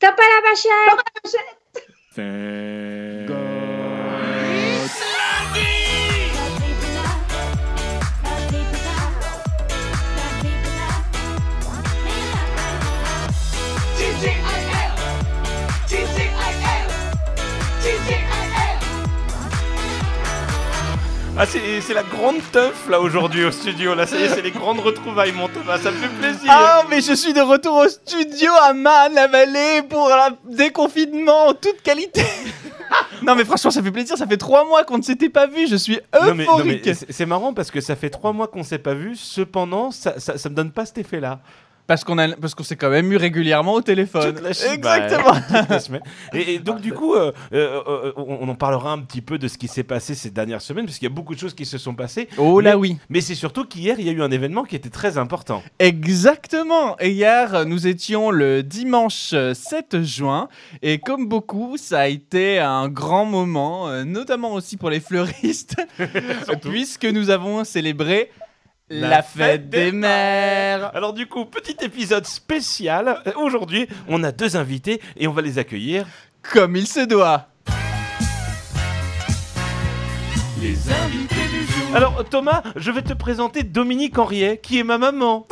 Stop à la vachette. Ah, c'est la grande teuf là aujourd'hui au studio. Là, ça y est, c'est les grandes retrouvailles, mon Thomas. Ça me fait plaisir. Ah, mais je suis de retour au studio à Man-la-Vallée pour un déconfinement en toute qualité. Non, mais franchement, ça fait plaisir. Ça fait 3 mois qu'on ne s'était pas vu. Je suis euphorique. Non, mais c'est marrant parce que ça fait 3 mois qu'on ne s'est pas vu. Cependant, ça me donne pas cet effet-là. Parce qu'on s'est quand même eu régulièrement au téléphone. Exactement. Toutes les semaines. Et donc du coup, on en parlera un petit peu de ce qui s'est passé ces dernières semaines, parce qu'il y a beaucoup de choses qui se sont passées. Oh là oui. Mais c'est surtout qu'hier, il y a eu un événement qui était très important. Exactement. Et hier, nous étions le dimanche 7 juin. Et comme beaucoup, ça a été un grand moment, notamment aussi pour les fleuristes, puisque nous avons célébré la fête des mères. Alors du coup, petit épisode spécial. Aujourd'hui, on a 2 invités et on va les accueillir comme il se doit. Les invités du jour. Alors Thomas, je vais te présenter Dominique Henriet, qui est ma maman.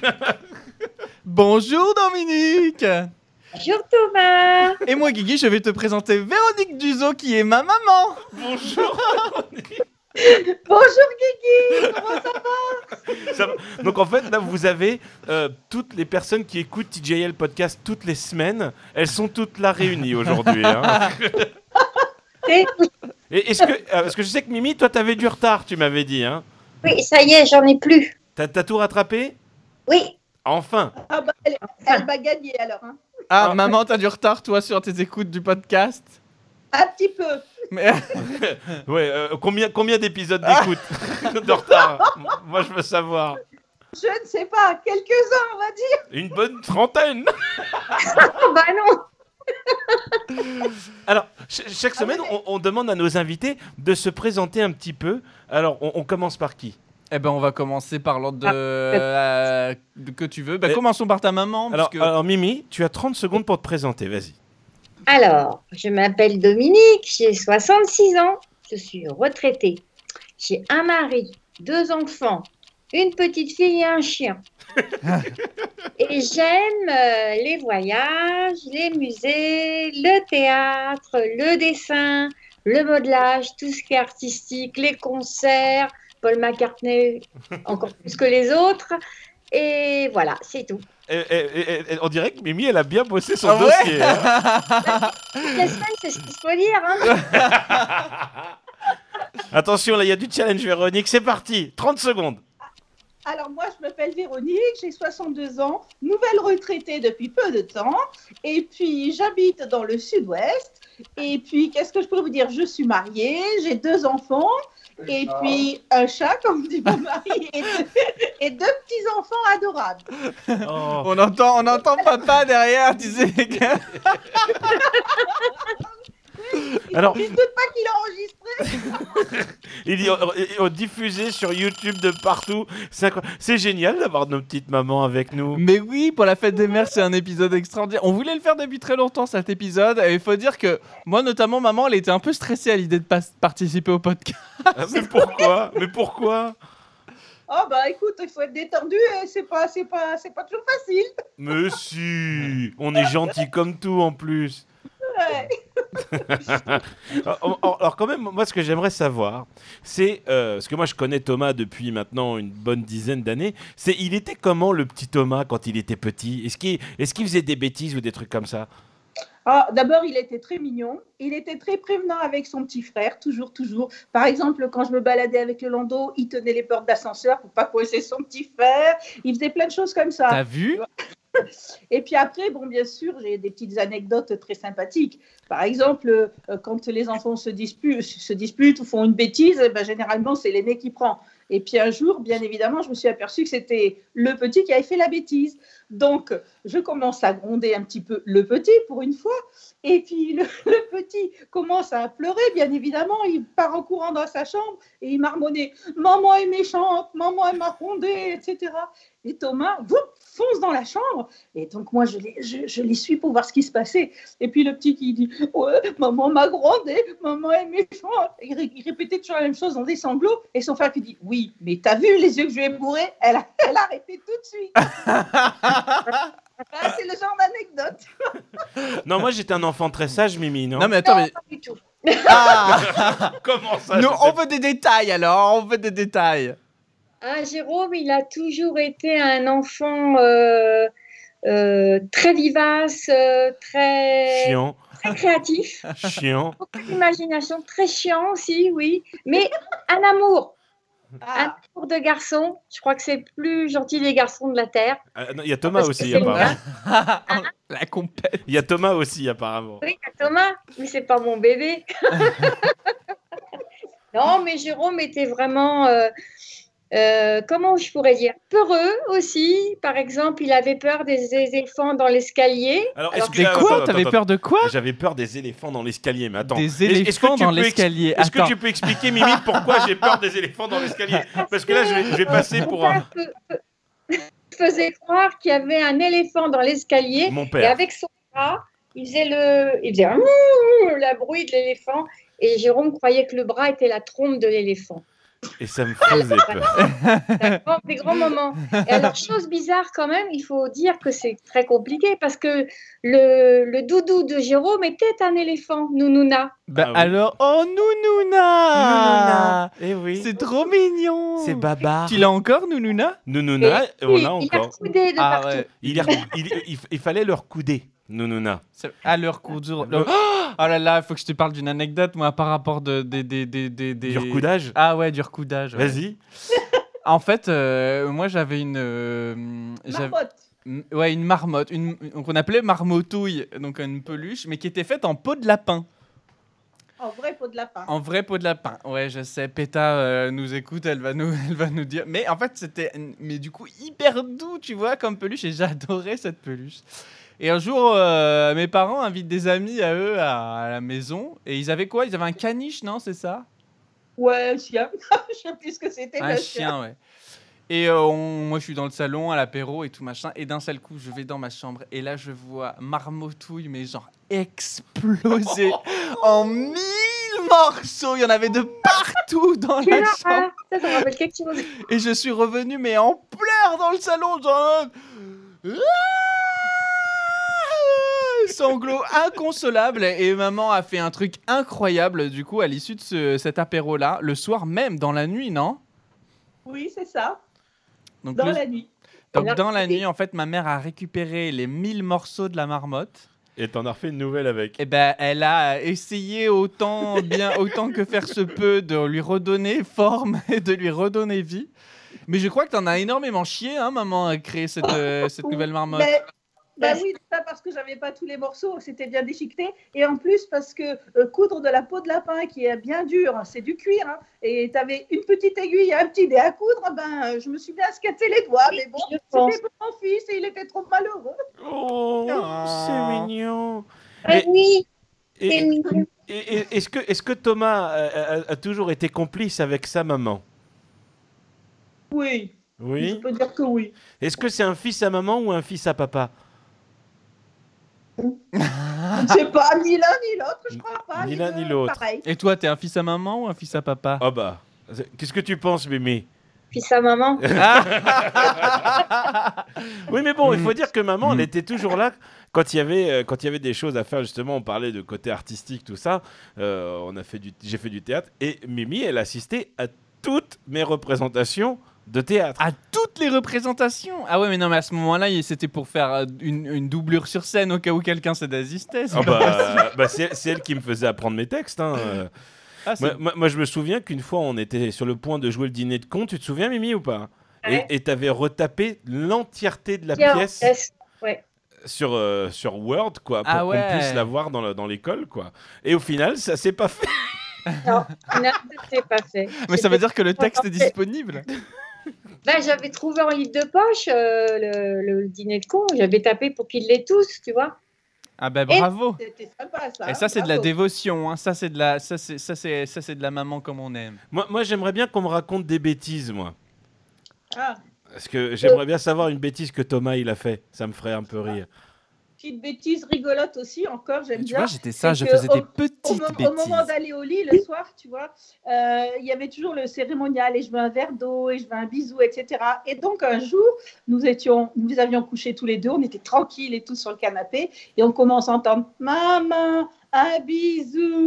Bonjour Dominique. Bonjour Thomas. Et moi Guigui, je vais te présenter Véronique Duzot, qui est ma maman. Bonjour Véronique. Bonjour Guigui, comment ça va? Donc en fait, là, vous avez toutes les personnes qui écoutent TJL Podcast toutes les semaines. Elles sont toutes là réunies aujourd'hui. Hein. Et parce que je sais que Mimi, toi, t'avais du retard, tu m'avais dit. Hein. Oui, ça y est, j'en ai plus. T'as tout rattrapé? Oui. Enfin. Ah bah, elle va gagner alors. Hein. Ah, maman, t'as du retard, toi, sur tes écoutes du podcast? Un petit peu. Mais... ouais, combien d'épisodes d'écoute de retard? Moi, je veux savoir. Je ne sais pas, quelques-uns, on va dire. Une bonne trentaine. Bah non. Alors, chaque semaine, on demande à nos invités de se présenter un petit peu. Alors, on commence par qui? Eh ben, on va commencer par l'ordre que tu veux. Commençons par ta maman. Alors, Mimi, tu as 30 secondes pour te présenter, vas-y. Alors, je m'appelle Dominique, j'ai 66 ans, je suis retraitée. J'ai un mari, 2 enfants, une petite fille et un chien. Et j'aime les voyages, les musées, le théâtre, le dessin, le modelage, tout ce qui est artistique, les concerts, Paul McCartney encore plus que les autres. Et voilà, c'est tout. On dirait que Mimi, elle a bien bossé son dossier. Ouais, hein. La semaine, c'est ce qu'il faut dire. Hein. Attention, là, il y a du challenge, Véronique. C'est parti, 30 secondes. Alors, moi, je m'appelle Véronique, j'ai 62 ans, nouvelle retraitée depuis peu de temps. Et puis, j'habite dans le sud-ouest. Et puis, qu'est-ce que je pourrais vous dire? Je suis mariée, j'ai 2 enfants. Et puis un chat, comme dit mon mari, et 2 petits-enfants adorables. Oh. On entend papa derrière, tu sais. Alors, il ne doute pas qu'il a enregistré. Il est diffusé sur YouTube de partout. C'est génial d'avoir nos petites mamans avec nous. Mais oui, pour la fête des mères, c'est un épisode extraordinaire. On voulait le faire depuis très longtemps, cet épisode. Et il faut dire que moi, notamment, maman, elle était un peu stressée à l'idée de participer au podcast. Ah, mais pourquoi Oh bah écoute, il faut être détendu et c'est pas toujours facile. Mais si, on est gentil comme tout en plus. Ouais. Alors quand même, moi ce que j'aimerais savoir, c'est, parce que moi je connais Thomas depuis maintenant une bonne dizaine d'années, c'est il était comment le petit Thomas quand il était petit? Est-ce qu'il faisait des bêtises ou des trucs comme ça? Ah, d'abord, il était très mignon. Il était très prévenant avec son petit frère, toujours. Par exemple, quand je me baladais avec le landau, il tenait les portes d'ascenseur pour pas coincer son petit frère. Il faisait plein de choses comme ça. T'as vu? Et puis après, bon, bien sûr, j'ai des petites anecdotes très sympathiques. Par exemple, quand les enfants se disputent ou font une bêtise, généralement, c'est l'aîné qui prend. Et puis un jour, bien évidemment, je me suis aperçue que c'était le petit qui avait fait la bêtise. Donc, je commence à gronder un petit peu le petit pour une fois. Et puis, le petit commence à pleurer, bien évidemment. Il part en courant dans sa chambre et il marmonnait « Maman est méchante, maman elle m'a grondé, etc. » Et Thomas, fonce dans la chambre. Et donc, moi, je les suis pour voir ce qui se passait. Et puis, le petit qui dit « Ouais, maman m'a grondé, maman est méchante. » Il répétait toujours la même chose dans des sanglots. Et son frère qui dit « Oui, mais t'as vu les yeux que je lui ai bourrés ? Elle a arrêté tout de suite. » C'est le genre d'anecdote. Non, moi j'étais un enfant très sage, Mimi, non? Non, mais attends, Non, mais... pas du tout. Comment ça? Nous, on veut des détails alors, on veut des détails. Ah, Jérôme, il a toujours été un enfant très vivace, très créatif, beaucoup d'imagination, très chiant aussi, oui, mais un amour de garçon. Je crois que c'est plus gentil les garçons de la terre. Il y a Thomas aussi, apparemment. La compète. Il y a Thomas aussi, apparemment. Oui, il y a Thomas, mais c'est pas mon bébé. Non, mais Jérôme était vraiment... comment je pourrais dire, peureux aussi. Par exemple, il avait peur des éléphants dans l'escalier. T'avais peur de quoi? J'avais peur des éléphants dans l'escalier. Mais attends, des éléphants dans l'escalier. Est-ce que tu peux expliquer, Mimi, pourquoi j'ai peur des éléphants dans l'escalier? Parce que là, je vais passer pour un... faisait croire qu'il y avait un éléphant dans l'escalier. Mon père. Et avec son bras, il faisait le bruit de l'éléphant. Et Jérôme croyait que le bras était la trompe de l'éléphant. Et ça me faisait peur. Des grands moments. Et alors, chose bizarre quand même, il faut dire que c'est très compliqué parce que le doudou de Jérôme était un éléphant, Nounouna. Bah oui. Alors, oh Nounouna. Eh oui. C'est trop mignon. C'est Baba. Tu l'as encore, Nounouna? Nounouna, on l'a encore. Il a coudé de partout. Ouais. Il fallait leur couder. Nounouna. À leur coudure. Oh là là, il faut que je te parle d'une anecdote, moi, par rapport du recoudage. Ah ouais, du recoudage. Ouais. Vas-y. En fait, moi, j'avais une... une marmotte, qu'on appelait marmotouille, donc une peluche, mais qui était faite en peau de lapin. En vrai peau de lapin. En vrai peau de lapin. Ouais, je sais. Péta nous écoute, elle va nous dire. Mais en fait, c'était, mais du coup, hyper doux, tu vois, comme peluche, et j'adorais cette peluche. Et un jour, mes parents invitent des amis à eux à la maison. Et ils avaient quoi? Ils avaient un caniche, non? C'est ça? Ouais, un chien. Je sais plus ce que c'était. Un chien, ouais. Et moi, je suis dans le salon à l'apéro et tout machin. Et d'un seul coup, je vais dans ma chambre. Et là, je vois Marmotouille, mais genre exploser en 1000 morceaux. Il y en avait de partout dans la chambre. Ça me rappelle quelque chose. Et je suis revenu, mais en pleurs dans le salon. Genre... Sanglots inconsolables. Et maman a fait un truc incroyable du coup à l'issue de cet apéro là, le soir même, dans la nuit, non? Oui, c'est ça. Donc, la nuit. Donc dans la nuit, en fait, ma mère a récupéré les 1000 morceaux de la marmotte. Et t'en as refait une nouvelle avec. Et ben, elle a essayé autant que faire se peut de lui redonner forme et de lui redonner vie. Mais je crois que t'en as énormément chié, hein, maman, à créer cette nouvelle marmotte. Oui, ça parce que j'avais pas tous les morceaux, c'était bien déchiqueté. Et en plus parce que coudre de la peau de lapin qui est bien dure, c'est du cuir. Hein, et t'avais une petite aiguille et un petit dé à coudre, je me suis bien escassé les doigts. Mais bon, c'était pour mon fils et il était trop malheureux. Oh, c'est mignon. Oui, c'est mignon. Est-ce que Thomas a toujours été complice avec sa maman? Oui. Oui. Je peux dire que oui. Est-ce que c'est un fils à maman ou un fils à papa? Je ne sais pas, ni l'un ni l'autre, je crois pas. Ni l'un ni l'autre. Pareil. Et toi, t'es un fils à maman ou un fils à papa? Oh bah, qu'est-ce que tu penses, Mimi? Fils à maman. Oui, mais bon, il faut dire que maman, elle était toujours là quand il y avait des choses à faire. Justement, on parlait de côté artistique, tout ça. J'ai fait du théâtre et Mimi, elle assistait à toutes mes représentations de théâtre. À toutes les représentations? Ah ouais, mais non, mais à ce moment-là, c'était pour faire une doublure sur scène au cas où quelqu'un se désistait. C'est elle qui me faisait apprendre mes textes. Hein. Moi, je me souviens qu'une fois, on était sur le point de jouer le dîner de con. Tu te souviens, Mimi, ou pas? Ouais. Et t'avais retapé l'entièreté de la pièce sur Word, quoi, pour qu'on puisse la voir dans l'école, quoi. Et au final, ça s'est pas fait. Non, ça s'est pas fait. Mais ça veut dire que le texte est disponible? J'avais trouvé en livre de poche le dîner de con. J'avais tapé pour qu'ils l'aient tous, tu vois. Ah ben bravo. C'était sympa, ça. Et ça c'est de la dévotion, hein. Ça c'est de la maman comme on aime. Moi j'aimerais bien qu'on me raconte des bêtises, moi. Ah. Parce que j'aimerais bien savoir une bêtise que Thomas il a fait. Ça me ferait un peu rire. Petite bêtise rigolote aussi, encore, j'aime bien. Tu vois, j'étais ça, je faisais des petites bêtises. Au moment d'aller au lit, le soir, tu vois, il y avait toujours le cérémonial et je veux un verre d'eau et je veux un bisou, etc. Et donc, un jour, nous avions couché tous les deux, on était tranquilles et tous sur le canapé et on commence à entendre « Maman, un bisou !»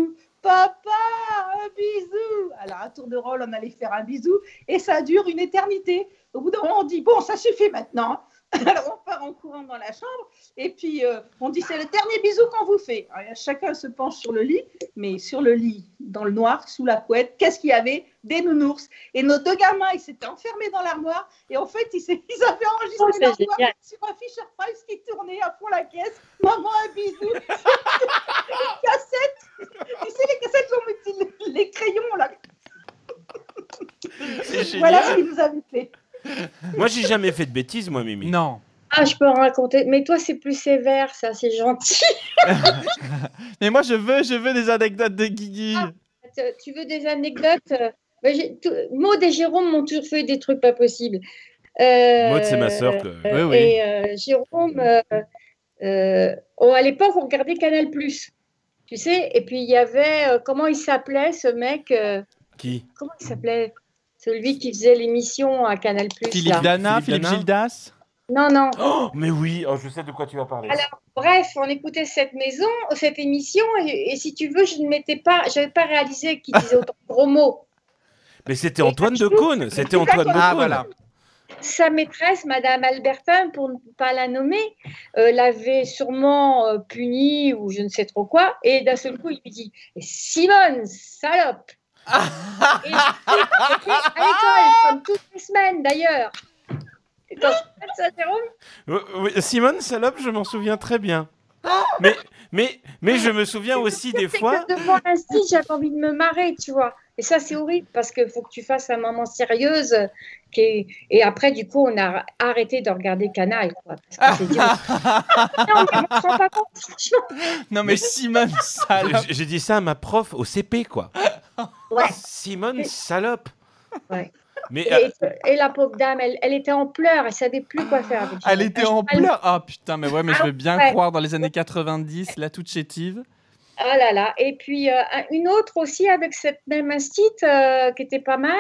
Papa, un bisou. Alors, à tour de rôle, on allait faire un bisou et ça dure une éternité. Au bout d'un moment, on dit, bon, ça suffit maintenant. Alors, on part en courant dans la chambre et puis on dit, c'est le dernier bisou qu'on vous fait. Alors, chacun se penche sur le lit, mais sur le lit, dans le noir, sous la couette, qu'est-ce qu'il y avait? Des nounours. Et nos deux gamins, ils s'étaient enfermés dans l'armoire et en fait, ils avaient enregistré leur voix sur un Fisher-Price qui tournait à fond la caisse. Maman, un bisou. Une cassette. Tu sais, les cassettes où on met les crayons, là. Voilà ce qu'ils nous avaient fait. Moi, j'ai jamais fait de bêtises, moi, Mimi. Non. Ah, je peux en raconter. Mais toi, c'est plus sévère, ça, c'est gentil. Mais moi, je veux des anecdotes de Guigui. Tu veux des anecdotes? Maud et Jérôme m'ont toujours fait des trucs pas possibles. Maud, c'est ma sœur. Oui. Et Jérôme, à l'époque, on regardait Canal+. Tu sais, et puis il y avait, comment il s'appelait ce mec Qui? Comment il s'appelait? Celui qui faisait l'émission à Canal+. Philippe Dana, Philippe Dana Gildas. Non. Oh, mais oui, je sais de quoi tu vas parler. Alors, bref, on écoutait cette émission, et si tu veux, je n'avais pas réalisé qu'il disait autant de gros mots. Mais c'était Antoine Decaune. C'était Antoine Decaune. Ah, voilà. Sa maîtresse, Madame Albertin, pour ne pas la nommer, l'avait sûrement punie ou je ne sais trop quoi. Et d'un seul coup, il lui dit « Simone, salope !» Et à l'école, comme toutes les semaines d'ailleurs. Quand je fais ça, Jérôme? Oui, Simone, salope, je m'en souviens très bien. Mais je me souviens aussi des fois... Que devant l'instit, j'avais envie de me marrer, tu vois. Et ça, c'est horrible parce qu'il faut que tu fasses un moment sérieuse. Et après, du coup, on a arrêté de regarder Canal. Quoi, parce que c'est dur. Non, mais on ne se rend pas compte, franchement. Non, mais Simone, salope. J'ai dit ça à ma prof au CP, quoi. Ouais. Simone, salope. Ouais. Mais, et la pauvre dame, elle était en pleurs. Elle ne savait plus quoi faire avec Elle était en pleurs. Ah putain, mais ouais, mais je veux bien ouais. croire dans les années 90, la toute chétive. Ah là là. Et puis, une autre aussi avec cette même instite qui était pas mal.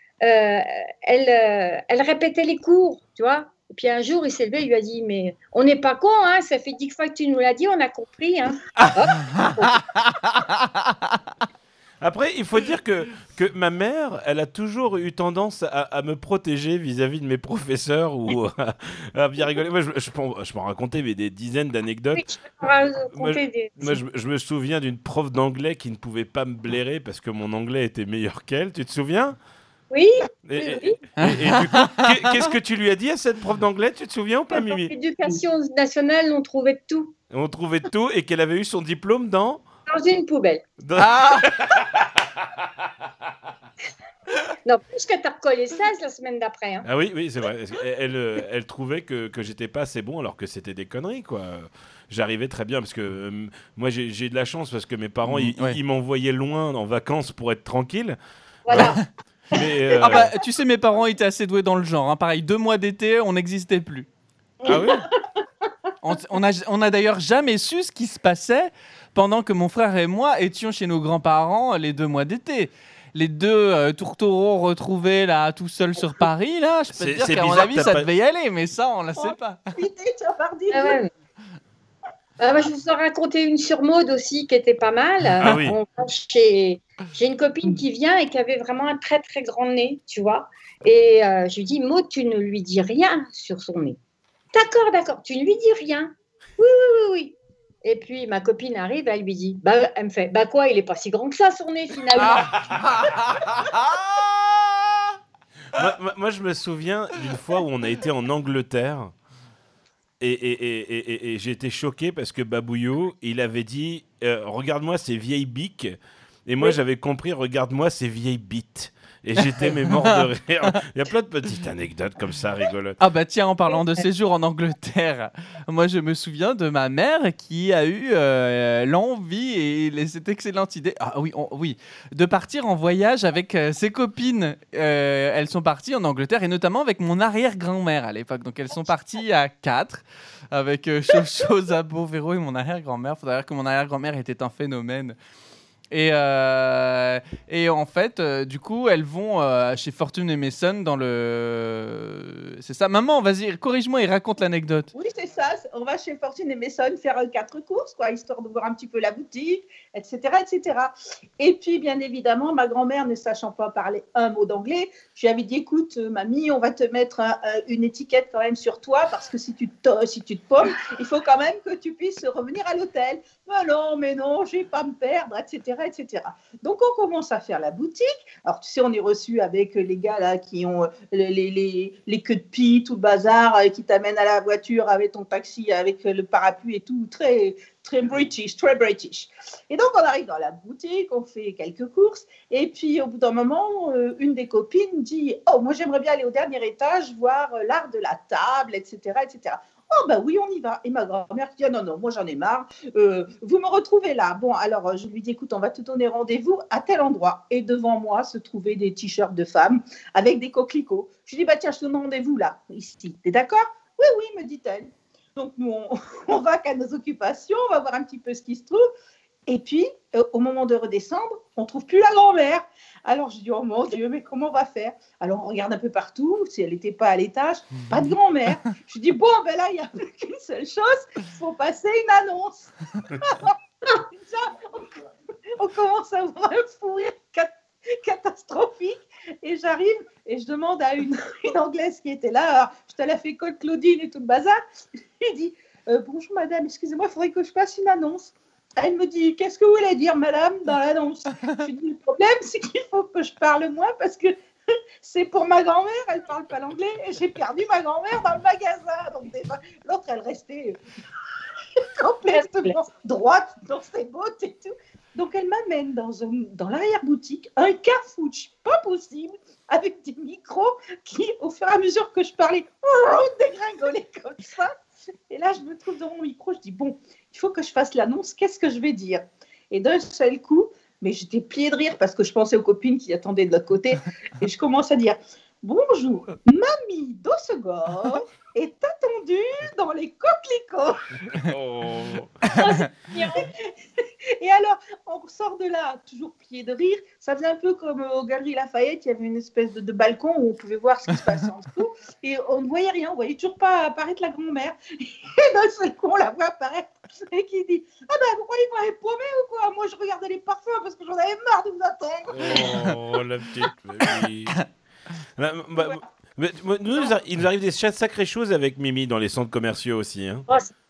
Elle répétait les cours, tu vois. Et puis un jour, il s'est levé, il lui a dit, mais on n'est pas con, hein, ça fait 10 fois que tu nous l'as dit, on a compris. Hein. Après, il faut dire que ma mère, elle a toujours eu tendance à me protéger vis-à-vis de mes professeurs ou à bien rigoler. Moi, je peux en raconter mais des dizaines d'anecdotes. Oui, tu peux raconter moi, je me souviens d'une prof d'anglais qui ne pouvait pas me blairer parce que mon anglais était meilleur qu'elle. Tu te souviens? Oui. Et du coup, qu'est-ce que tu lui as dit à cette prof d'anglais? Tu te souviens ou pas, Mimi? L'éducation nationale, on trouvait de tout. On trouvait de tout et qu'elle avait eu son diplôme dans une poubelle. Non, plus que tu as recollé 16 la semaine d'après. Hein. Ah oui, c'est vrai. Elle trouvait que j'étais pas assez bon alors que c'était des conneries, quoi. J'arrivais très bien parce que moi, j'ai de la chance parce que mes parents, ils m'envoyaient loin en vacances pour être tranquille. Voilà. Mais, tu sais, mes parents étaient assez doués dans le genre. Hein. Pareil, 2 mois d'été, on n'existait plus. Ah oui. On a d'ailleurs jamais su ce qui se passait pendant que mon frère et moi étions chez nos grands-parents les 2 mois d'été. Les deux tourtereaux retrouvés là, tout seuls sur Paris, là, je peux te dire qu'à mon avis, ça devait y aller, mais ça, on ne le sait pas. Je vous ai raconté une sur Maud aussi qui était pas mal. Ah oui. J'ai une copine qui vient et qui avait vraiment un très très grand nez, tu vois. Et je lui dis, Maud, tu ne lui dis rien sur son nez. D'accord, tu ne lui dis rien. Oui. Et puis ma copine arrive, elle lui dit, elle me fait, quoi, il est pas si grand que ça son nez finalement. Moi, je me souviens d'une fois où on a été en Angleterre et j'ai été choqué parce que Babouillou, il avait dit, regarde-moi ces vieilles biques. Et moi, j'avais compris, regarde-moi ces vieilles bites. Et j'étais mort de rire. Il y a plein de petites anecdotes comme ça, rigolotes. Ah bah tiens, en parlant de séjour en Angleterre, moi je me souviens de ma mère qui a eu l'envie et cette excellente idée, oui, de partir en voyage avec ses copines. Elles sont parties en Angleterre et notamment avec mon arrière-grand-mère à l'époque. Donc elles sont parties à 4 avec Chocho, Zabo, Véro et mon arrière-grand-mère. Faut dire que mon arrière-grand-mère était un phénomène. Et en fait, du coup, elles vont chez Fortune et Mason dans le... C'est ça. Maman, vas-y, corrige-moi et raconte l'anecdote. Oui, c'est ça. On va chez Fortune et Mason faire 4 courses, quoi, histoire de voir un petit peu la boutique, etc., etc. Et puis, bien évidemment, ma grand-mère, ne sachant pas parler un mot d'anglais, je lui avais dit, écoute, mamie, on va te mettre une étiquette quand même sur toi, parce que si tu te pommes, il faut quand même que tu puisses revenir à l'hôtel. Mais non, je ne vais pas me perdre, etc., etc. Donc, on commence à faire la boutique. Alors, tu sais, on est reçu avec les gars là qui ont les queues de pie, tout le bazar, qui t'amènent à la voiture avec ton taxi, avec le parapluie et tout, très, très British, très British. Et donc, on arrive dans la boutique, on fait quelques courses, et puis, au bout d'un moment, une des copines dit « Oh, moi, j'aimerais bien aller au dernier étage, voir l'art de la table, etc., etc. » Oh, bah oui, on y va. Et ma grand-mère dit, non, moi j'en ai marre. Vous me retrouvez là. Bon, alors je lui dis, écoute, on va te donner rendez-vous à tel endroit. Et devant moi se trouvaient des t-shirts de femmes avec des coquelicots. Je lui dis, bah tiens, je te donne rendez-vous là, ici. T'es d'accord ? Oui, me dit-elle. Donc nous, on va qu'à nos occupations, on va voir un petit peu ce qui se trouve. Et puis, au moment de redescendre, on ne trouve plus la grand-mère. Alors, je dis, oh mon Dieu, mais comment on va faire ? Alors, on regarde un peu partout, si elle n'était pas à l'étage, pas de grand-mère. Je dis, bon, ben là, il n'y a plus qu'une seule chose, il faut passer une annonce. On commence à avoir un fou rire catastrophique. Et j'arrive et je demande à une Anglaise qui était là, alors, je te la fais Claude Claudine et tout le bazar. Je lui dis, bonjour madame, excusez-moi, il faudrait que je passe une annonce. Elle me dit, qu'est-ce que vous voulez dire, madame, dans l'annonce ? Je lui dis, le problème, c'est qu'il faut que je parle moins parce que c'est pour ma grand-mère, elle ne parle pas l'anglais et j'ai perdu ma grand-mère dans le magasin. Donc, l'autre, elle restait complètement droite dans ses bottes et tout. Donc, elle m'amène dans l'arrière-boutique, un carfouche pas possible, avec des micros qui, au fur et à mesure que je parlais, dégringolaient comme ça. Et là, je me trouve dans mon micro, je dis, bon, il faut que je fasse l'annonce, qu'est-ce que je vais dire ? Et d'un seul coup, mais j'étais pliée de rire parce que je pensais aux copines qui attendaient de l'autre côté, et je commence à dire, bonjour, mamie d'Ossegor est attendue dans les coquelicots. Oh. Et alors, on sort de là, toujours plié de rire. Ça faisait un peu comme aux Galeries Lafayette, il y avait une espèce de balcon où on pouvait voir ce qui se passait en dessous. Et on ne voyait rien, on ne voyait toujours pas apparaître la grand-mère. Et d'un seul coup, on la voit apparaître et qui dit « Ah ben, vous croyez que vous m'avez paumé ou quoi ? Moi, je regardais les parfums parce que j'en avais marre de vous attendre. » Oh, la petite mamie. Nous, il nous arrive des sacrées choses avec Mimi dans les centres commerciaux aussi. Hein.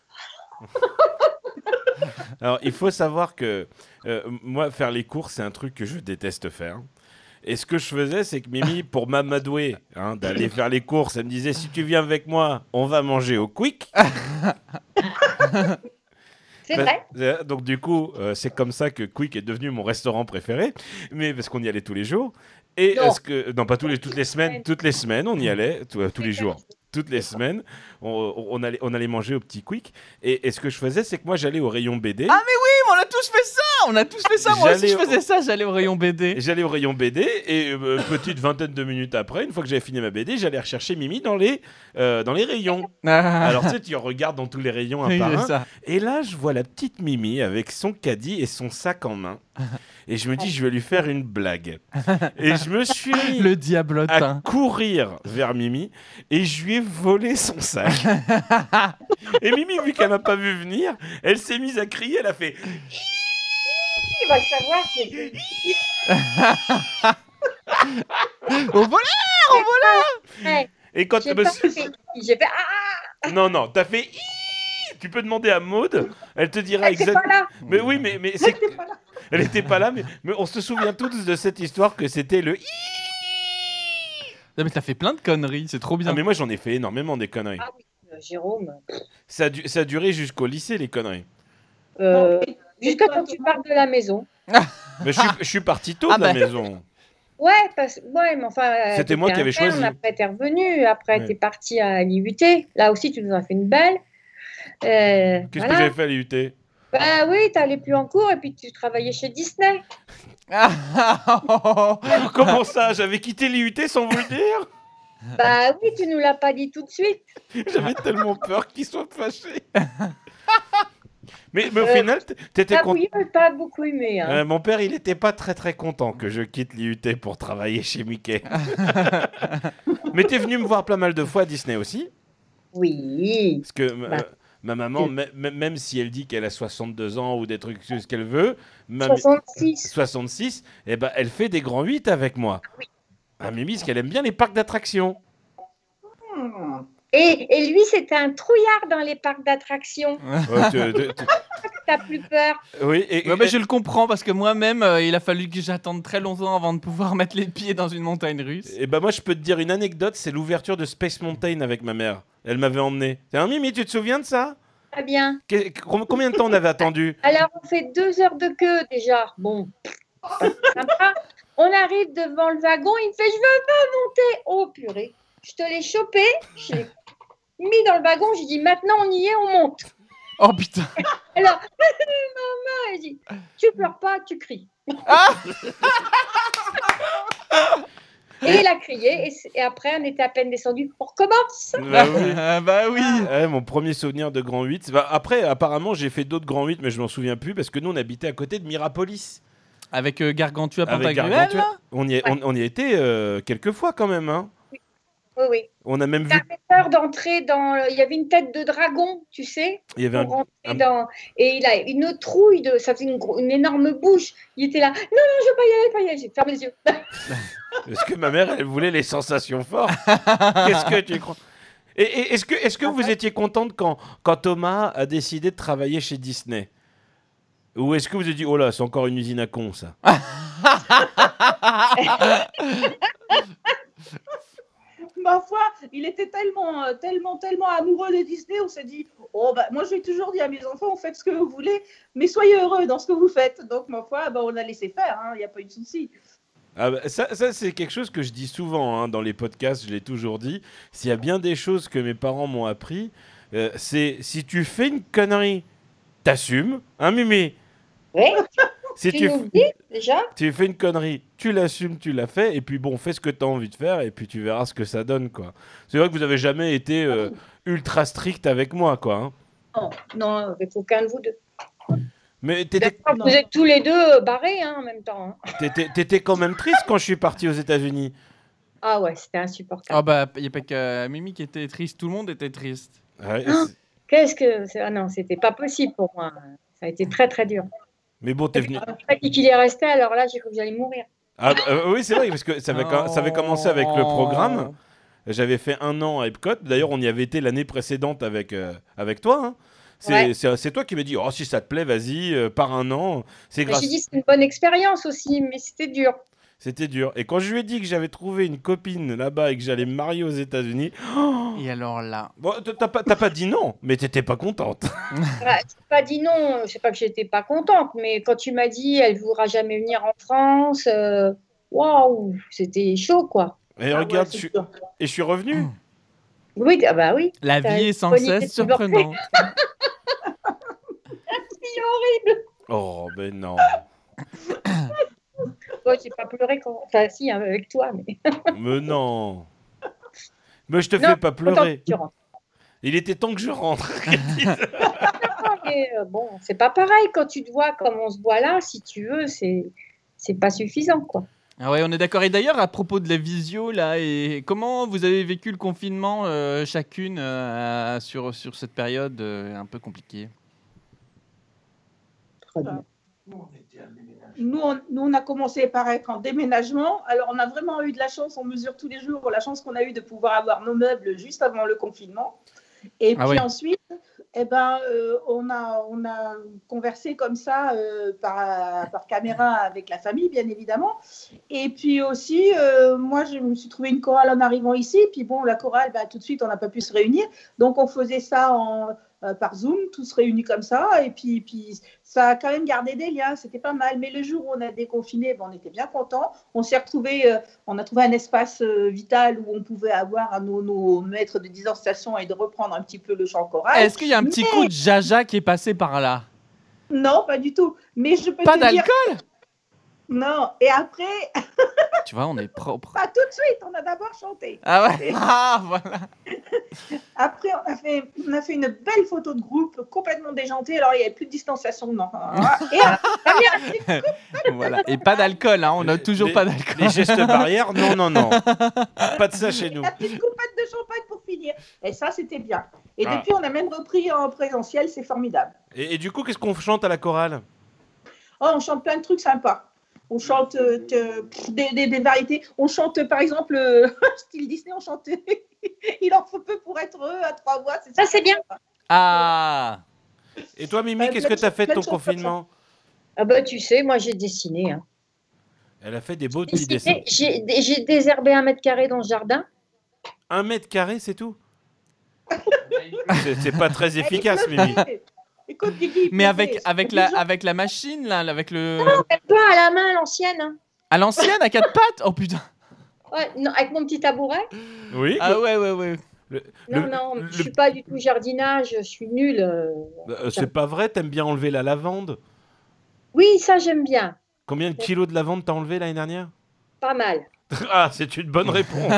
Alors, il faut savoir que moi, faire les courses, c'est un truc que je déteste faire. Et ce que je faisais, c'est que Mimi, pour m'amadouer d'aller faire les courses, elle me disait, si tu viens avec moi, on va manger au Quick. C'est vrai. Donc du coup, c'est comme ça que Quick est devenu mon restaurant préféré, mais parce qu'on y allait tous les jours. Et non, pas toutes les semaines, on y allait tous les jours. Toutes les semaines, on allait manger au petit Quick. Et ce que je faisais, c'est que moi, j'allais au rayon BD. Ah mais oui, on a tous fait ça. Moi aussi, je faisais ça. J'allais au rayon BD. J'allais au rayon BD et petite vingtaine de minutes après, une fois que j'avais fini ma BD, j'allais rechercher Mimi dans les rayons. Alors tu sais, tu regardes dans tous les rayons un par un. Et là, je vois la petite Mimi avec son caddie et son sac en main. Et je me dis, je vais lui faire une blague. Et je me suis mis le diablotin à courir vers Mimi et je lui ai volé son sac. Et Mimi, vu qu'elle m'a pas vu venir, elle s'est mise à crier, elle a fait... Il va savoir Au voleur Ouais. Et quand J'ai fait Non, t'as fait... Tu peux demander à Maude, elle te dira exactement. exactement... Mais oui, mais c'est... Elle était pas là, mais on se souvient tous de cette histoire que c'était le... Non mais t'as fait plein de conneries, c'est trop bien. Ah mais moi j'en ai fait énormément des conneries. Ah oui, Jérôme. Ça a duré jusqu'au lycée les conneries. Jusqu'à quand tu pars de la maison. Mais je suis parti tôt de la maison. Ouais, mais enfin. C'était moi qui avais choisi. Après, t'es revenu. Après, t'es parti à l'IUT. Là aussi, tu nous as fait une belle. Qu'est-ce que j'avais fait à l'IUT? Bah oui, t'allais plus en cours et puis tu travaillais chez Disney. Comment ça? J'avais quitté l'IUT sans vous le dire? Bah oui, tu nous l'as pas dit tout de suite. J'avais tellement peur qu'il soit fâché. Mais au final, t'étais content. Oui, pas beaucoup aimé. Hein. Mon père, il était pas très très content que je quitte l'IUT pour travailler chez Mickey. Mais t'es venu me voir plein mal de fois à Disney aussi? Oui. Parce que ma maman, même si elle dit qu'elle a 62 ans ou des trucs ce qu'elle veut, 66, eh ben, elle fait des grands 8 avec moi. Oui. Ah, Mimi, parce qu'elle aime bien les parcs d'attractions. Et lui, c'était un trouillard dans les parcs d'attractions. T'as plus peur. Oui, mais je le comprends parce que moi-même, il a fallu que j'attende très longtemps avant de pouvoir mettre les pieds dans une montagne russe. Et ben moi, je peux te dire une anecdote, c'est l'ouverture de Space Mountain avec ma mère. Elle m'avait emmené. Mimi, tu te souviens de ça? Très bien. Combien de temps on avait attendu? Alors, on fait 2 heures de queue déjà. Bon, sympa. On arrive devant le wagon, il me fait « Je veux pas monter !» Oh purée, je te l'ai chopé, je l'ai mis dans le wagon, j'ai dit « Maintenant on y est, on monte !» Oh putain. Alors, maman, elle dit « Tu pleures pas, tu cries. » Et il a crié, et après on était à peine descendu. On recommence. Bah oui. Mon premier souvenir de Grand 8. Après, apparemment, j'ai fait d'autres Grand 8, mais je m'en souviens plus, parce que nous, on habitait à côté de Mirapolis. Avec Gargantua Pantagruel, on y a été quelques fois quand même. Hein. Oui. On a même vu. Peur d'entrer dans. Il y avait une tête de dragon, tu sais. Il y avait Et il a une trouille ça faisait une énorme bouche. Il était là. Non, je veux pas y aller. J'ai fermé les yeux. Parce que ma mère, elle voulait les sensations fortes. Qu'est-ce que tu crois? Et est-ce que vous étiez contente quand Thomas a décidé de travailler chez Disney? Ou est-ce que vous avez dit, oh là, c'est encore une usine à cons, ça? Ma foi, il était tellement amoureux de Disney, on s'est dit, moi je lui ai toujours dit à mes enfants, vous faites ce que vous voulez, mais soyez heureux dans ce que vous faites. Donc ma foi, on a laissé faire, il n'y a pas eu de souci. Ah bah, ça c'est quelque chose que je dis souvent dans les podcasts, je l'ai toujours dit. S'il y a bien des choses que mes parents m'ont appris, c'est si tu fais une connerie, t'assumes, Mimi? Oui. Si tu nous dis déjà. Tu fais une connerie, tu l'assumes, tu l'as fait, et puis fais ce que tu as envie de faire, et puis tu verras ce que ça donne, quoi. C'est vrai que vous avez jamais été ultra strict avec moi, quoi. Hein. Non, avec aucun de vous deux. Mais vous êtes tous les deux barrés en même temps. Hein. T'étais quand même triste quand je suis parti aux États-Unis. Ah ouais, c'était insupportable. Ah bah, il n'y a pas que Mimi qui était triste, tout le monde était triste. Ouais, qu'est-ce que... Ah non, c'était pas possible pour moi. Ça a été très très dur. Mais bon, t'es venu. Après qu'il est resté, alors là, j'ai cru que j'allais mourir. Ah, oui, c'est vrai, parce que ça avait commencé avec le programme. J'avais fait 1 an à Epcot. D'ailleurs, on y avait été l'année précédente avec toi. Hein. C'est toi qui m'as dit, si ça te plaît, vas-y, pars 1 an. J'ai dit, c'est une bonne expérience aussi, mais c'était dur. C'était dur. Et quand je lui ai dit que j'avais trouvé une copine là-bas et que j'allais me marier aux États-Unis. Et alors là. Bon, t'as pas dit non, mais t'étais pas contente. J'ai pas dit non, je sais pas que j'étais pas contente, mais quand tu m'as dit elle voudra jamais venir en France, waouh, c'était chaud quoi. Et regarde, je suis revenu. Oui, bah oui. La vie est sans cesse surprenante. C'est horrible. Oh, ben non. Moi, j'ai pas pleuré Enfin, si, avec toi, mais. Mais non. Mais je te fais pas pleurer. Il était temps que je rentre. Non, mais bon, c'est pas pareil quand tu te vois comme on se voit là, si tu veux, c'est pas suffisant, quoi. Ah ouais, on est d'accord. Et d'ailleurs, à propos de la visio, là, et comment vous avez vécu le confinement chacune sur cette période un peu compliquée? Très bien. Nous, on a commencé par être en déménagement. Alors, on a vraiment eu de la chance. On mesure tous les jours la chance qu'on a eu de pouvoir avoir nos meubles juste avant le confinement. Et puis ensuite, on a conversé comme ça par caméra avec la famille, bien évidemment. Et puis aussi, moi, je me suis trouvé une chorale en arrivant ici. Puis bon, la chorale, tout de suite, on n'a pas pu se réunir. Donc, on faisait ça par Zoom, tous réunis comme ça. Et puis ça a quand même gardé des liens, c'était pas mal. Mais le jour où on a déconfiné, on était bien contents. On s'est retrouvés, on a trouvé un espace vital où on pouvait avoir nos mètres de distanciation et de reprendre un petit peu le chant choral. Est-ce qu'il y a un petit coup de jaja qui est passé par là? Non, pas du tout. Mais je peux Pas te dire... d'alcool? Non. Et après... Tu vois, on est propre. Pas tout de suite, on a d'abord chanté. Ah ouais. Ah voilà. Après, on a fait une belle photo de groupe complètement déjantée. Alors, il n'y avait plus de distanciation. Non. Et Voilà. Et pas d'alcool, hein. On n'a toujours pas d'alcool. Les gestes barrières, non. Pas de ça chez nous. la petite coupette de champagne pour finir. Et ça, c'était bien. Et depuis, on a même repris en présentiel. C'est formidable. Et du coup, qu'est-ce qu'on chante à la chorale? Oh, on chante plein de trucs sympas. On chante des variétés. On chante, par exemple, style Disney, on chante Il en faut peu pour être heureux à 3 voix. Ça, c'est bien. Ah. Et toi, Mimi, qu'est-ce que tu as fait de ton confinement? Ah bah, tu sais, moi, j'ai dessiné. Hein. Elle a fait des beaux petits dessins. J'ai désherbé 1 mètre carré dans le jardin. 1 mètre carré, c'est tout? C'est pas très efficace, Mimi. Écoute, Guigui, Mais avec la machine, là, avec le... Non, même pas à la main, à l'ancienne. Hein. À l'ancienne, à 4 pattes? Oh putain. Ouais, non, avec mon petit tabouret. Oui. Ah ouais. Non, je suis pas du tout jardinage, je suis nulle. C'est pas vrai, t'aimes bien enlever la lavande? Oui, ça, j'aime bien. Combien de kilos de lavande t'as enlevé l'année dernière? Pas mal. Ah, c'est une bonne réponse.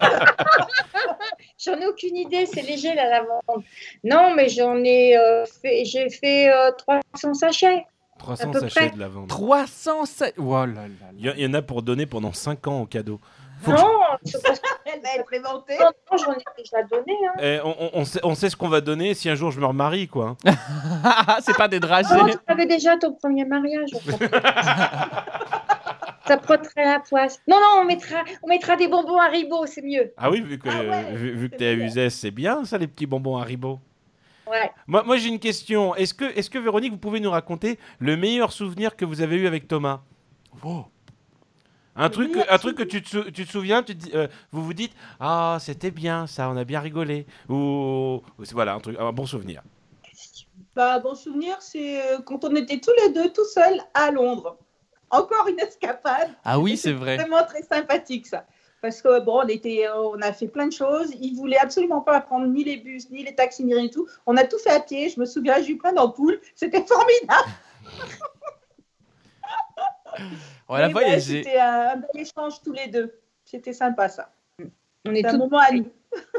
J'en ai aucune idée, c'est léger la lavande. Non, mais j'ai fait 300 sachets. 300 à peu sachets près. de lavande. 300... Oh là là. Il y en a pour donner pendant 5 ans en cadeau. Non, c'est parce que Elle va être inventée. non, j'en ai déjà donné. Hein. On sait ce qu'on va donner si un jour je me remarie, quoi. C'est pas des dragées. Oh, tu avais déjà ton premier mariage. Ça frotterait la poisse. Non, on mettra des bonbons Haribo, c'est mieux. Ah oui, vu que c'est t'es à bien. Uzès, c'est bien ça, les petits bonbons Haribo. Ouais. Moi j'ai une question. Est-ce que Véronique, vous pouvez nous raconter le meilleur souvenir que vous avez eu avec Thomas? Un truc que tu te souviens, vous vous dites ah c'était bien ça, on a bien rigolé, ou voilà un bon souvenir. Bon souvenir, c'est quand on était tous les deux tout seuls à Londres. Encore une escapade. Ah oui, c'est vrai. Vraiment très sympathique ça. Parce que on a fait plein de choses. Il voulait absolument pas prendre ni les bus, ni les taxis, ni rien du tout. On a tout fait à pied. Je me souviens, j'ai eu plein d'ampoules. C'était formidable. C'était un bel échange tous les deux. C'était sympa ça. On est un moment à nous.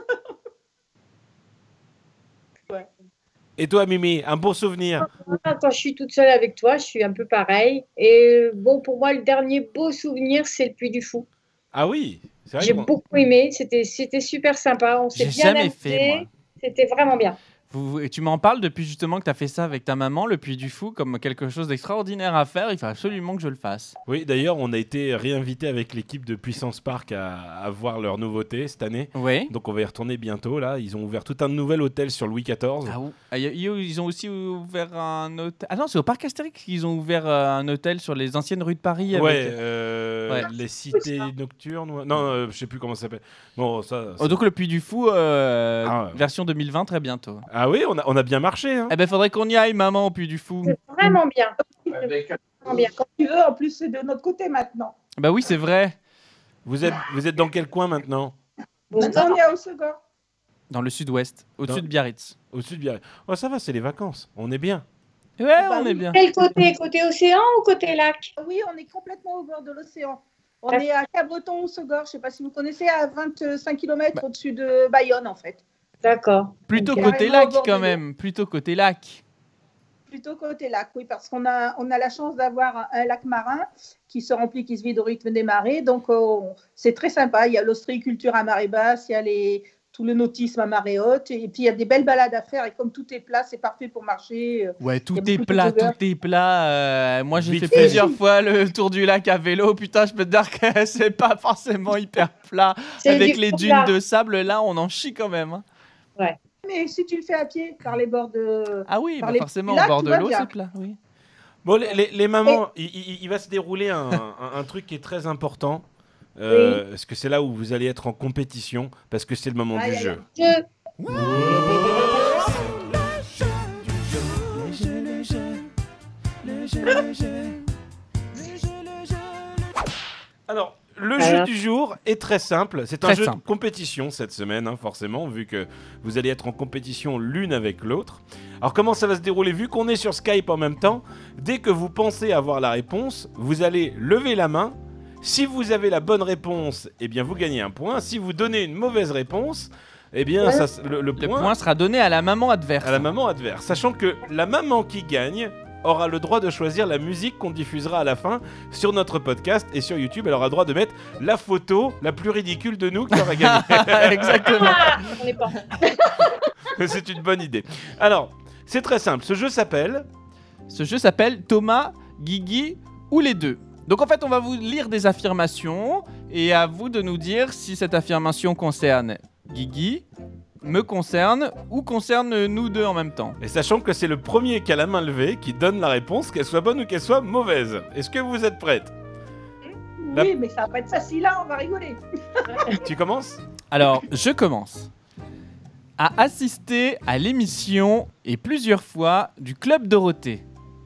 Ouais. Et toi, Mimi, un bon souvenir? Quand je suis toute seule avec toi, je suis un peu pareil. Et bon, pour moi, le dernier beau souvenir, c'est le Puy du Fou. Ah oui, c'est vrai. J'ai beaucoup aimé. C'était super sympa. On s'est bien jamais amusé. fait, moi. C'était vraiment bien. Et tu m'en parles depuis justement que tu as fait ça avec ta maman, le Puy du Fou, comme quelque chose d'extraordinaire à faire. Il faut absolument que je le fasse. Oui, d'ailleurs, on a été réinvité avec l'équipe de Puissance Park à voir leurs nouveautés cette année. Oui. Donc on va y retourner bientôt. Là, ils ont ouvert tout un nouvel hôtel sur Louis XIV. Ils ont aussi ouvert un hôtel. Ah non, c'est au Parc Astérix qu'ils ont ouvert un hôtel sur les anciennes rues de Paris. Les cités nocturnes. Non, je sais plus comment ça s'appelle. Bon, ça. Donc le Puy du Fou, version 2020, très bientôt. Ah oui, on a bien marché. Hein. Eh ben, faudrait qu'on y aille, maman, au Puy du Fou. C'est vraiment bien. Quand tu veux, en plus, c'est de notre côté maintenant. Bah oui, c'est vrai. Vous êtes dans quel coin maintenant? Maintenant, on est à Hossegor. Dans le sud-ouest, au-dessus de Biarritz. Au-dessus de Biarritz. Oh, ça va, c'est les vacances. On est bien. Ouais, on est bien. Quel côté? Côté océan ou côté lac? Oui, on est complètement au bord de l'océan. On est à Cabreton-Hossegor. Je ne sais pas si vous connaissez, à 25 km au-dessus de Bayonne, en fait. D'accord. Plutôt Donc, côté carrément lac, au bord quand de même. Plutôt côté lac. Plutôt côté lac, oui, parce qu'on a la chance d'avoir un lac marin qui se remplit, qui se vide au rythme des marées. Donc, c'est très sympa. Il y a l'ostréiculture à marée basse, il y a tout le nautisme à marée haute. Et puis, il y a des belles balades à faire. Et comme tout est plat, c'est parfait pour marcher. Ouais, tout est plat. Moi, j'ai fait plusieurs fois le tour du lac à vélo. Putain, je peux te dire que c'est pas forcément hyper plat. Avec les dunes de sable, là, on en chie quand même. Hein. Ouais. Mais si tu le fais à pied, par les bords de... Ah oui, forcément, lacs, au bord de l'eau, c'est plat, oui. Bon, les mamans, il va se dérouler un truc qui est très important. Parce que c'est là où vous allez être en compétition, parce que c'est le moment du jeu. Alors, le jeu du jour est très simple. C'est un jeu de compétition cette semaine, forcément, vu que vous allez être en compétition l'une avec l'autre. Alors, comment ça va se dérouler? Vu qu'on est sur Skype en même temps, dès que vous pensez avoir la réponse, vous allez lever la main. Si vous avez la bonne réponse, eh bien, vous gagnez un point. Si vous donnez une mauvaise réponse, eh bien, le point sera donné à la maman adverse. À la maman adverse. Sachant que la maman qui gagne aura le droit de choisir la musique qu'on diffusera à la fin sur notre podcast et sur YouTube. Elle aura le droit de mettre la photo la plus ridicule de nous qui aura gagné. Exactement. On n'est pas. C'est une bonne idée. Alors, c'est très simple. Ce jeu s'appelle Thomas, Guigui ou les deux. Donc en fait, on va vous lire des affirmations et à vous de nous dire si cette affirmation concerne Guigui, me concerne ou concerne nous deux en même temps. Et sachant que c'est le premier qui a la main levée qui donne la réponse, qu'elle soit bonne ou qu'elle soit mauvaise. Est-ce que vous êtes prête? Oui, mais ça va pas être facile là, on va rigoler. Tu commences? Alors, je commence. A assisté à l'émission et plusieurs fois du Club Dorothée.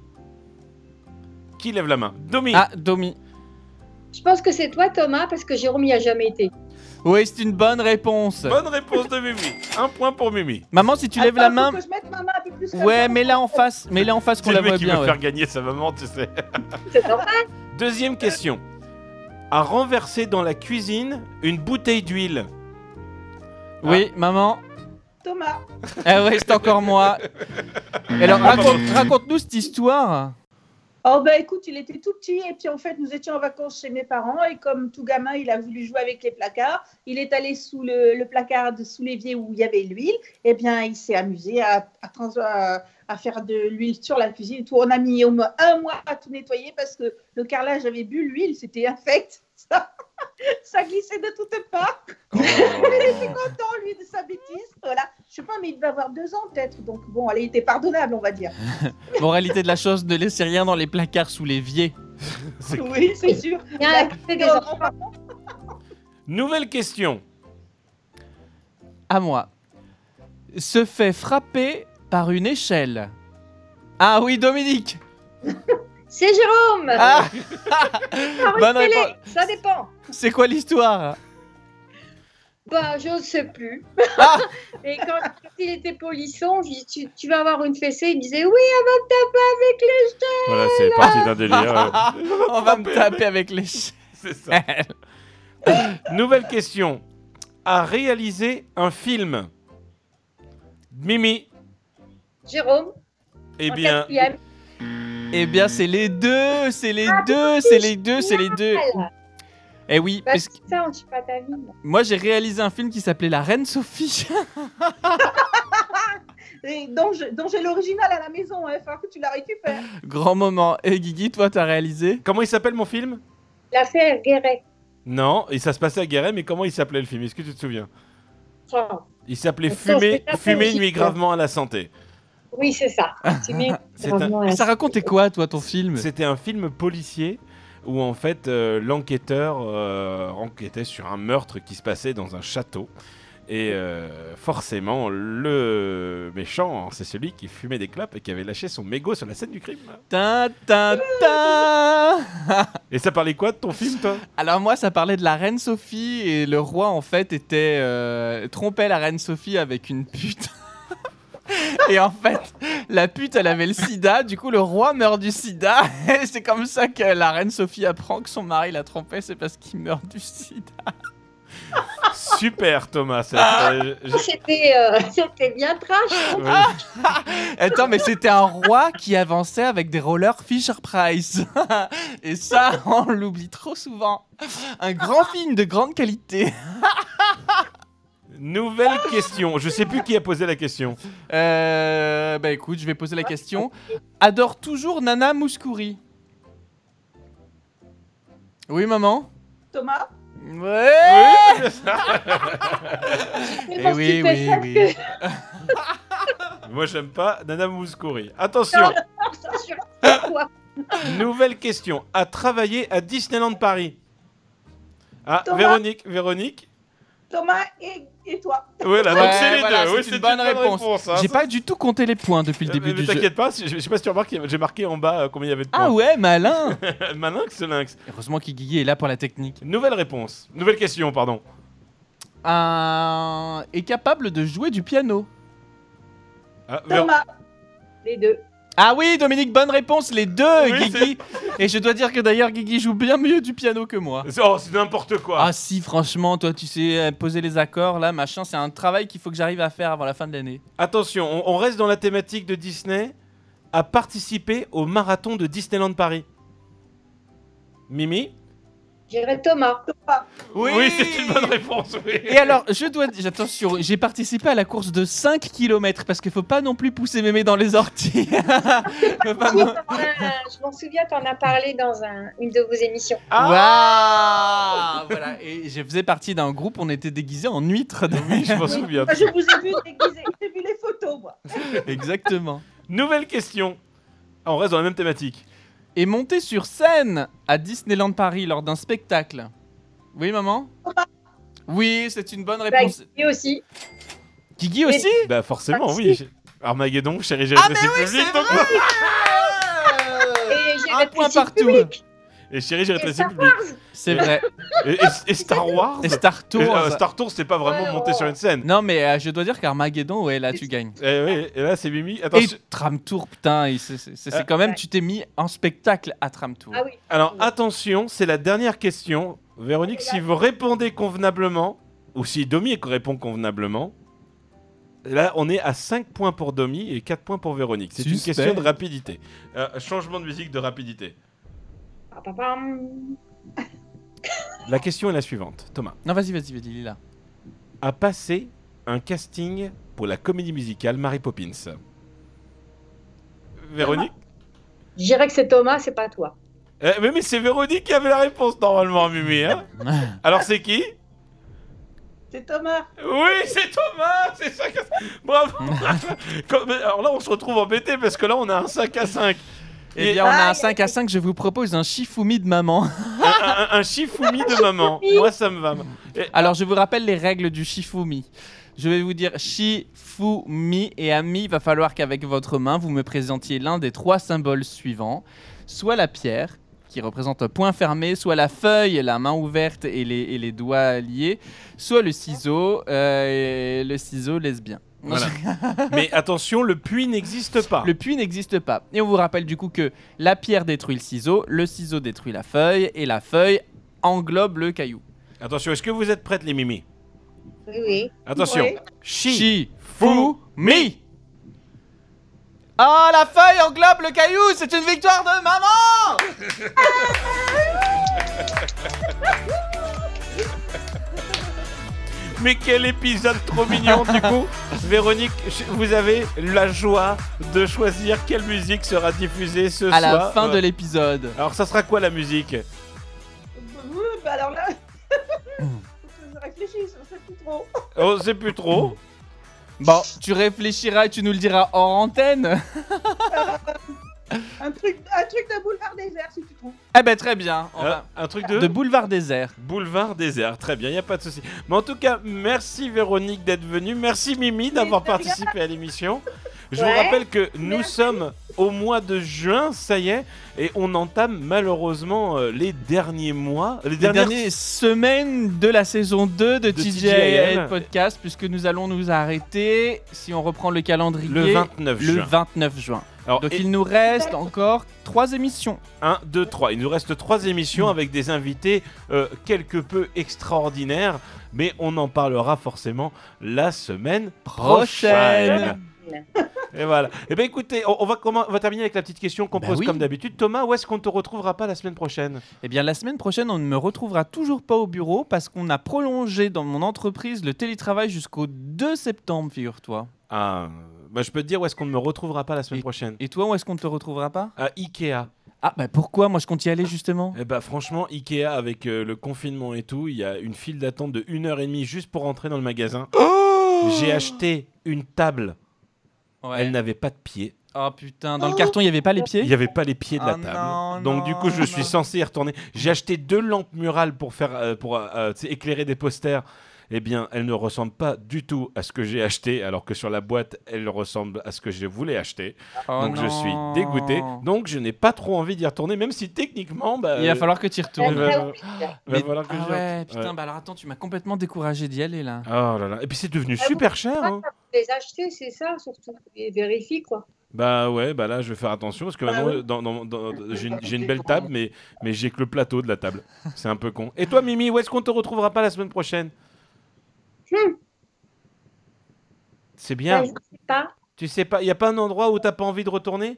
Qui lève la main? Domi. Ah, Domi. Je pense que c'est toi, Thomas, parce que Jérôme n'y a jamais été. Oui, c'est une bonne réponse. Bonne réponse de Mimi. Un point pour Mimi. Maman, si tu lèves la main... Faut que je mette ma main un peu plus Ouais, mets-la en face qu'on la voit bien. C'est lui qui veut faire gagner sa maman, tu sais. C'est normal. Deuxième question. A renversé dans la cuisine une bouteille d'huile. Oui, maman. Thomas. Ah ouais, c'est encore moi. Alors, raconte-nous cette histoire. Oh ben écoute, il était tout petit et puis en fait nous étions en vacances chez mes parents et comme tout gamin il a voulu jouer avec les placards, il est allé sous le placard sous l'évier où il y avait l'huile, et bien il s'est amusé à faire de l'huile sur la cuisine et tout. On a mis au moins 1 mois à tout nettoyer parce que le carrelage avait bu l'huile, c'était infect, ça glissait de toutes parts. Il était content lui de sa bêtise, voilà. Je sais pas mais il devait avoir 2 ans peut-être, donc bon elle était pardonnable on va dire. Moralité de la chose, ne laissez rien dans les placards sous l'évier. Oui, c'est sûr. Nouvelle question. À moi. Se fait frapper par une échelle. Ah oui, Dominique. C'est Jérôme. Ah. Bonne réponse. Ça dépend. C'est quoi l'histoire? Bah, je ne sais plus. Ah. Et quand il était polisson, je dis tu vas avoir une fessée. Il disait oui, on va me taper avec l'échelle. Voilà, c'est parti d'un délire. On va me taper avec l'échelle. C'est ça. Nouvelle question. A réalisé un film. Mimi. Jérôme. Eh bien, c'est les deux. Eh oui, parce que ça, on ne suit pas ta vie. Moi, j'ai réalisé un film qui s'appelait La Reine Sophie. Et dont j'ai l'original à la maison, il faut que tu la récupères. Grand moment. Et Guigui, toi, t'as réalisé? Comment il s'appelle mon film? L'affaire Guéret. Non, et ça se passait à Guéret, mais comment il s'appelait le film? Est-ce que tu te souviens? Il s'appelait Attends, Fumer nuit gravement à la santé. Oui, c'est ça. Ça racontait quoi, toi, ton film? C'était un film policier où en fait l'enquêteur enquêtait sur un meurtre qui se passait dans un château. Et forcément, le méchant, c'est celui qui fumait des clopes et qui avait lâché son mégot sur la scène du crime. Ta ta ta. Et ça parlait quoi de ton film, toi? Alors moi, ça parlait de la reine Sophie et le roi, en fait, trompait la reine Sophie avec une pute. Et en fait, la pute, elle avait le sida, du coup le roi meurt du sida. Et c'est comme ça que la reine Sophie apprend que son mari l'a trompée, c'est parce qu'il meurt du sida. Super Thomas. C'était bien trash. Oui. Attends, mais c'était un roi qui avançait avec des rollers Fisher-Price. Et ça, on l'oublie trop souvent. Un grand film de grande qualité. Nouvelle question. Je sais plus qui a posé la question. Bah écoute, je vais poser la question. Adore toujours Nana Mouskouri. Oui, maman? Thomas? Ouais. Oui. Moi, j'aime pas Nana Mouskouri. Attention. Nouvelle question. A travaillé à Disneyland Paris. Ah, Thomas. Véronique. Thomas et toi. Voilà, donc c'est les voilà, deux. c'est Oui, une bonne réponse. hein. J'ai pas du tout compté les points depuis le début Mais du jeu. t'inquiète pas, je sais pas si tu remarques, j'ai marqué en bas combien il y avait de points. Ah ouais, malin. Malinx, ce lynx. Heureusement qu'Iguigui est là pour la technique. Nouvelle réponse. Nouvelle question, pardon. Est capable de jouer du piano. Ah, Thomas. Les deux. Ah oui, Dominique, bonne réponse, les deux, Oui, Guigui. Et je dois dire que d'ailleurs, Guigui joue bien mieux du piano que moi. Oh, c'est n'importe quoi. Ah si, franchement, toi, tu sais poser les accords, là, machin, c'est un travail qu'il faut que j'arrive à faire avant la fin de l'année. Attention, on reste dans la thématique de Disney. A participé au marathon de Disneyland Paris. Mimi? J'irai Thomas. Oui, c'est une bonne réponse. Oui. Et alors, attention, j'ai participé à la course de 5 km parce qu'il faut pas non plus pousser mémé dans les orties. Faut pas non- Je m'en souviens, tu en as parlé dans une de vos émissions. Waouh, voilà. Et je faisais partie d'un groupe, on était déguisés en huîtres. Oui, je m'en souviens. Je vous ai vu déguisé, j'ai vu les photos, moi. Exactement. Nouvelle question. Ah, on reste dans la même thématique. Et monter sur scène à Disneyland Paris lors d'un spectacle. Oui, maman? Oui, c'est une bonne réponse. Et aussi. Guigui aussi? Bah forcément, Merci. oui. Armageddon, chérie, j'ai Ah, rétréci mais oui, public. c'est donc- vrai. Et j'ai Un point rétréci partout. public. Et chérie, j'ai Et rétréci Star public. C'est vrai. Et Star Wars? Et Star Tours. Star Tours, c'est pas vraiment Ouais, monter ouais. sur une scène. Non, mais je dois dire qu'Armageddon, ouais, là, tu gagnes. Oui, et là, c'est Mimi. Et Attention. Tram Tour, putain, c'est quand même, Ouais. tu t'es mis en spectacle à Tram Tour. Ah oui. Alors, attention, c'est la dernière question. Véronique, si vous répondez convenablement, ou si Domi répond convenablement, là, on est à 5 points pour Domi et 4 points pour Véronique. C'est une Suspect. question de rapidité. Changement de musique de rapidité. Papapam. La question est la suivante. Thomas Non, vas-y, Lila. a passé un casting pour la comédie musicale Mary Poppins. Véronique? Je dirais que c'est Thomas, c'est pas toi. Mais c'est Véronique qui avait la réponse normalement, Mimi. Hein. Alors c'est qui? C'est Thomas. Oui, c'est Thomas. C'est ça. Bravo. Alors là, on se retrouve embêté parce que là, on a un 5 à 5. Eh bien, on a un 5 à 5, je vous propose un Shifumi de maman. Un Shifumi de maman. Moi, ça me va. Alors, je vous rappelle les règles du Shifumi. Je vais vous dire Shifumi et ami, il va falloir qu'avec votre main, vous me présentiez l'un des 3 symboles suivants. Soit la pierre, qui représente un point fermé, soit la feuille, la main ouverte et les doigts liés, soit le ciseau lesbien. Voilà. Mais attention, le puits n'existe pas. Le puits n'existe pas. Et on vous rappelle du coup que la pierre détruit le ciseau détruit la feuille, et la feuille englobe le caillou. Attention, est-ce que vous êtes prêtes, les Mimi? Oui, oui. Attention. Oui. Shifumi. Oh, la feuille englobe le caillou, c'est une victoire de maman. Mais quel épisode trop mignon du coup. Véronique, vous avez la joie de choisir quelle musique sera diffusée ce À soir. la fin de l'épisode. Alors ça sera quoi la musique? Bah alors là, faut que je réfléchisse, on sait plus trop. On sait plus trop. Bon, tu réfléchiras et tu nous le diras hors antenne. Un truc de boulevard désert, si tu trouves. Eh ben très bien. Un truc De boulevard désert. Boulevard désert, très bien, il n'y a pas de souci. Mais en tout cas, merci Véronique d'être venue. Merci Mimi d'avoir de rien. participé à l'émission. Je vous Ouais, rappelle que nous merci. sommes au mois de juin, ça y est, et on entame malheureusement les derniers mois, les Les dernières dernières semaines de la saison 2 de TJL TJL Podcast, puisque nous allons nous arrêter, si on reprend le calendrier, le 29 le juin. 29 juin. Alors, Donc il nous reste encore 3 émissions. 1, 2, 3. Il nous reste 3 émissions avec des invités quelque peu extraordinaires, mais on en parlera forcément la semaine prochaine. Et voilà. Et bien écoutez, on va terminer avec la petite question qu'on Bah pose oui. comme d'habitude. Thomas, où est-ce qu'on ne te retrouvera pas la semaine prochaine? Eh bien, la semaine prochaine, on ne me retrouvera toujours pas au bureau parce qu'on a prolongé dans mon entreprise le télétravail jusqu'au 2 septembre, figure-toi. Ah, bah, je peux te dire où est-ce qu'on ne me retrouvera pas la semaine prochaine. Et toi, où est-ce qu'on ne te retrouvera pas? À Ikea. Ah, bah pourquoi? Moi, je compte y aller justement. Eh bah franchement, Ikea avec le confinement et tout, il y a une file d'attente de 1h30 juste pour rentrer dans le magasin. J'ai acheté une table. Ouais. Elle n'avait pas de pied. Oh putain, dans le carton, il n'y avait pas les pieds? Il n'y avait pas les pieds de la Oh table. non, Donc du coup, je non, suis non. censé y retourner. J'ai acheté 2 lampes murales pour faire, éclairer des posters. eh bien, elle ne ressemble pas du tout à ce que j'ai acheté, alors que sur la boîte, elle ressemble à ce que je voulais acheter. Donc, je suis dégoûté. Donc, je n'ai pas trop envie d'y retourner, même si techniquement... il va falloir que tu y retournes. Putain, alors attends, tu m'as complètement découragé d'y aller, là. Oh là là. Et puis, c'est devenu super cher. Hein. Les acheter, c'est ça, surtout. Et vérifie, quoi. Bah ouais, là je vais faire attention parce que maintenant j'ai une belle table mais j'ai que le plateau de la table. C'est un peu con. Et toi Mimi, où est-ce qu'on te retrouvera pas la semaine prochaine? C'est bien. Je sais pas. Tu sais pas, il y a pas un endroit où t'as pas envie de retourner?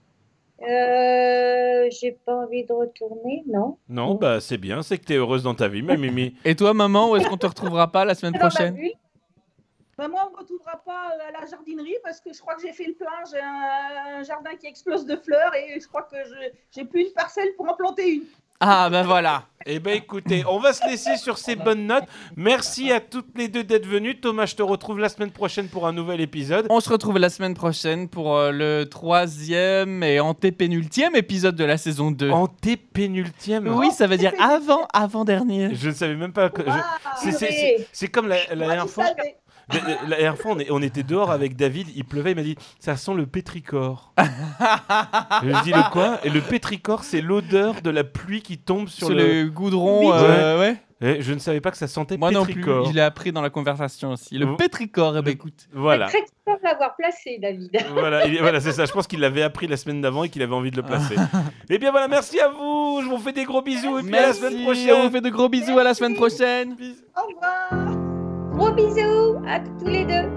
J'ai pas envie de retourner, non. Non, bah c'est bien, c'est que t'es heureuse dans ta vie, mais Mimi. Et toi maman, où est-ce qu'on te retrouvera pas la semaine prochaine? Moi, on ne me retrouvera pas à la jardinerie parce que je crois que j'ai fait le plein. J'ai un jardin qui explose de fleurs et je crois que j'ai plus une parcelle pour en planter une. Ah, ben voilà. Eh ben écoutez, on va se laisser sur ces bonnes notes. Merci à toutes les deux d'être venues. Thomas, je te retrouve la semaine prochaine pour un nouvel épisode. On se retrouve la semaine prochaine pour le 3e et antépénultième épisode de la saison 2. Antépénultième? Oui, ça veut dire avant-dernier. Je ne savais même pas que... C'est comme la dernière fois... La dernière fois, on était dehors avec David, il pleuvait, il m'a dit « ça sent le pétrichor ». Je dis « le quoi ?» Et le pétrichor, c'est l'odeur de la pluie qui tombe sur le goudron. Ouais. Et je ne savais pas que ça sentait Moi pétrichor. Non plus, je l'ai appris dans la conversation aussi. Le pétrichor, écoute. Voilà. C'est très content de l'avoir placé, David. Voilà, c'est ça. Je pense qu'il l'avait appris la semaine d'avant et qu'il avait envie de le placer. Et bien voilà, merci à vous. Je vous fais des gros bisous et puis à la semaine prochaine. On vous fait de gros bisous, à la semaine prochaine. Bisous. Au revoir. Gros bisous à tous les deux.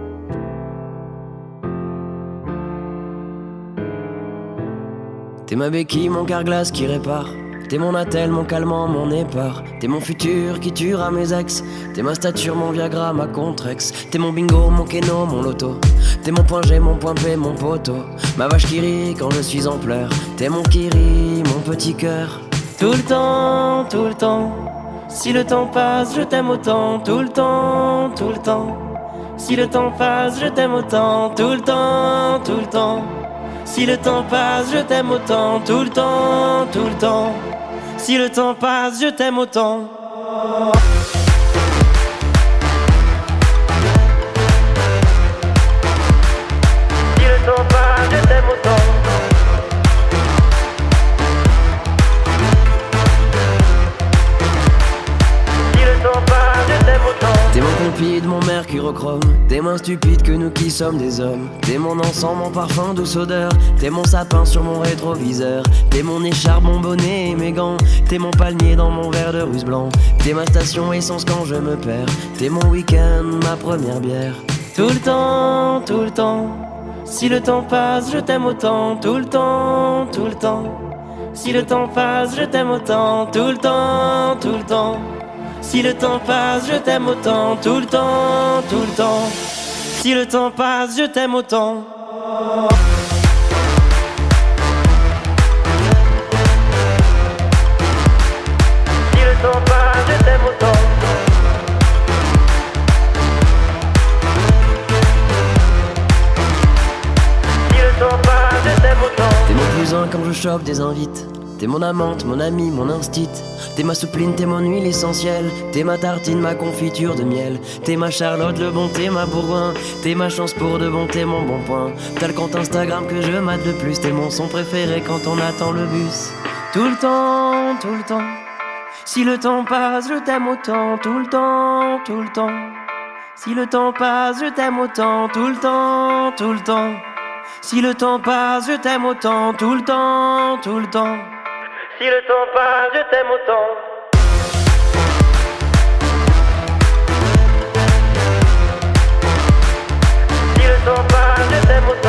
T'es ma béquille, mon carglass qui répare. T'es mon attel, mon calmant, mon épar. T'es mon futur qui tuera mes ex. T'es ma stature, mon Viagra, ma Contrex. T'es mon bingo, mon keno, mon loto. T'es mon point G, mon point P, mon poteau. Ma vache qui rit quand je suis en pleurs. T'es mon kiri, mon petit cœur. Tout le temps, tout le temps. Si le temps passe, je t'aime autant. Tout le temps, tout le temps. Si le temps passe, je t'aime autant. Tout le temps, tout le temps. Si le temps passe, je t'aime autant. Tout le temps, tout le temps. Si le temps passe, je t'aime autant. Si le temps passe, je t'aime autant. T'es mon compide, mon mercurochrome. T'es moins stupide que nous qui sommes des hommes. T'es mon encens, mon parfum, douce odeur. T'es mon sapin sur mon rétroviseur. T'es mon écharpe, mon bonnet et mes gants. T'es mon palmier dans mon verre de russe blanc. T'es ma station essence quand je me perds. T'es mon week-end, ma première bière. Tout le temps, tout le temps. Si le temps passe, je t'aime autant. Tout le temps, tout le temps. Si le temps passe, je t'aime autant. Tout le temps, tout le temps. Si le temps passe, je t'aime autant. Tout le temps, tout le temps. Si le temps passe, je t'aime autant. Si le temps passe, je t'aime autant. Si le temps passe, je t'aime autant. T'es mon cousin quand je chope des invites. T'es mon amante, mon ami, mon instit. T'es ma soupline, t'es mon huile essentielle. T'es ma tartine, ma confiture de miel. T'es ma Charlotte, le bon, t'es ma Bourgoin. T'es ma chance pour de bon, t'es mon bon point. T'as le compte Instagram que je mate le plus. T'es mon son préféré quand on attend le bus. Tout le temps, tout le temps. Si le temps passe, je t'aime autant. Tout le temps, tout le temps. Si le temps passe, je t'aime autant. Tout le temps, tout le temps. Si le temps passe, je t'aime autant. Tout le temps, tout le temps. Si le temps passe, je t'aime autant. Si le temps passe, je t'aime autant.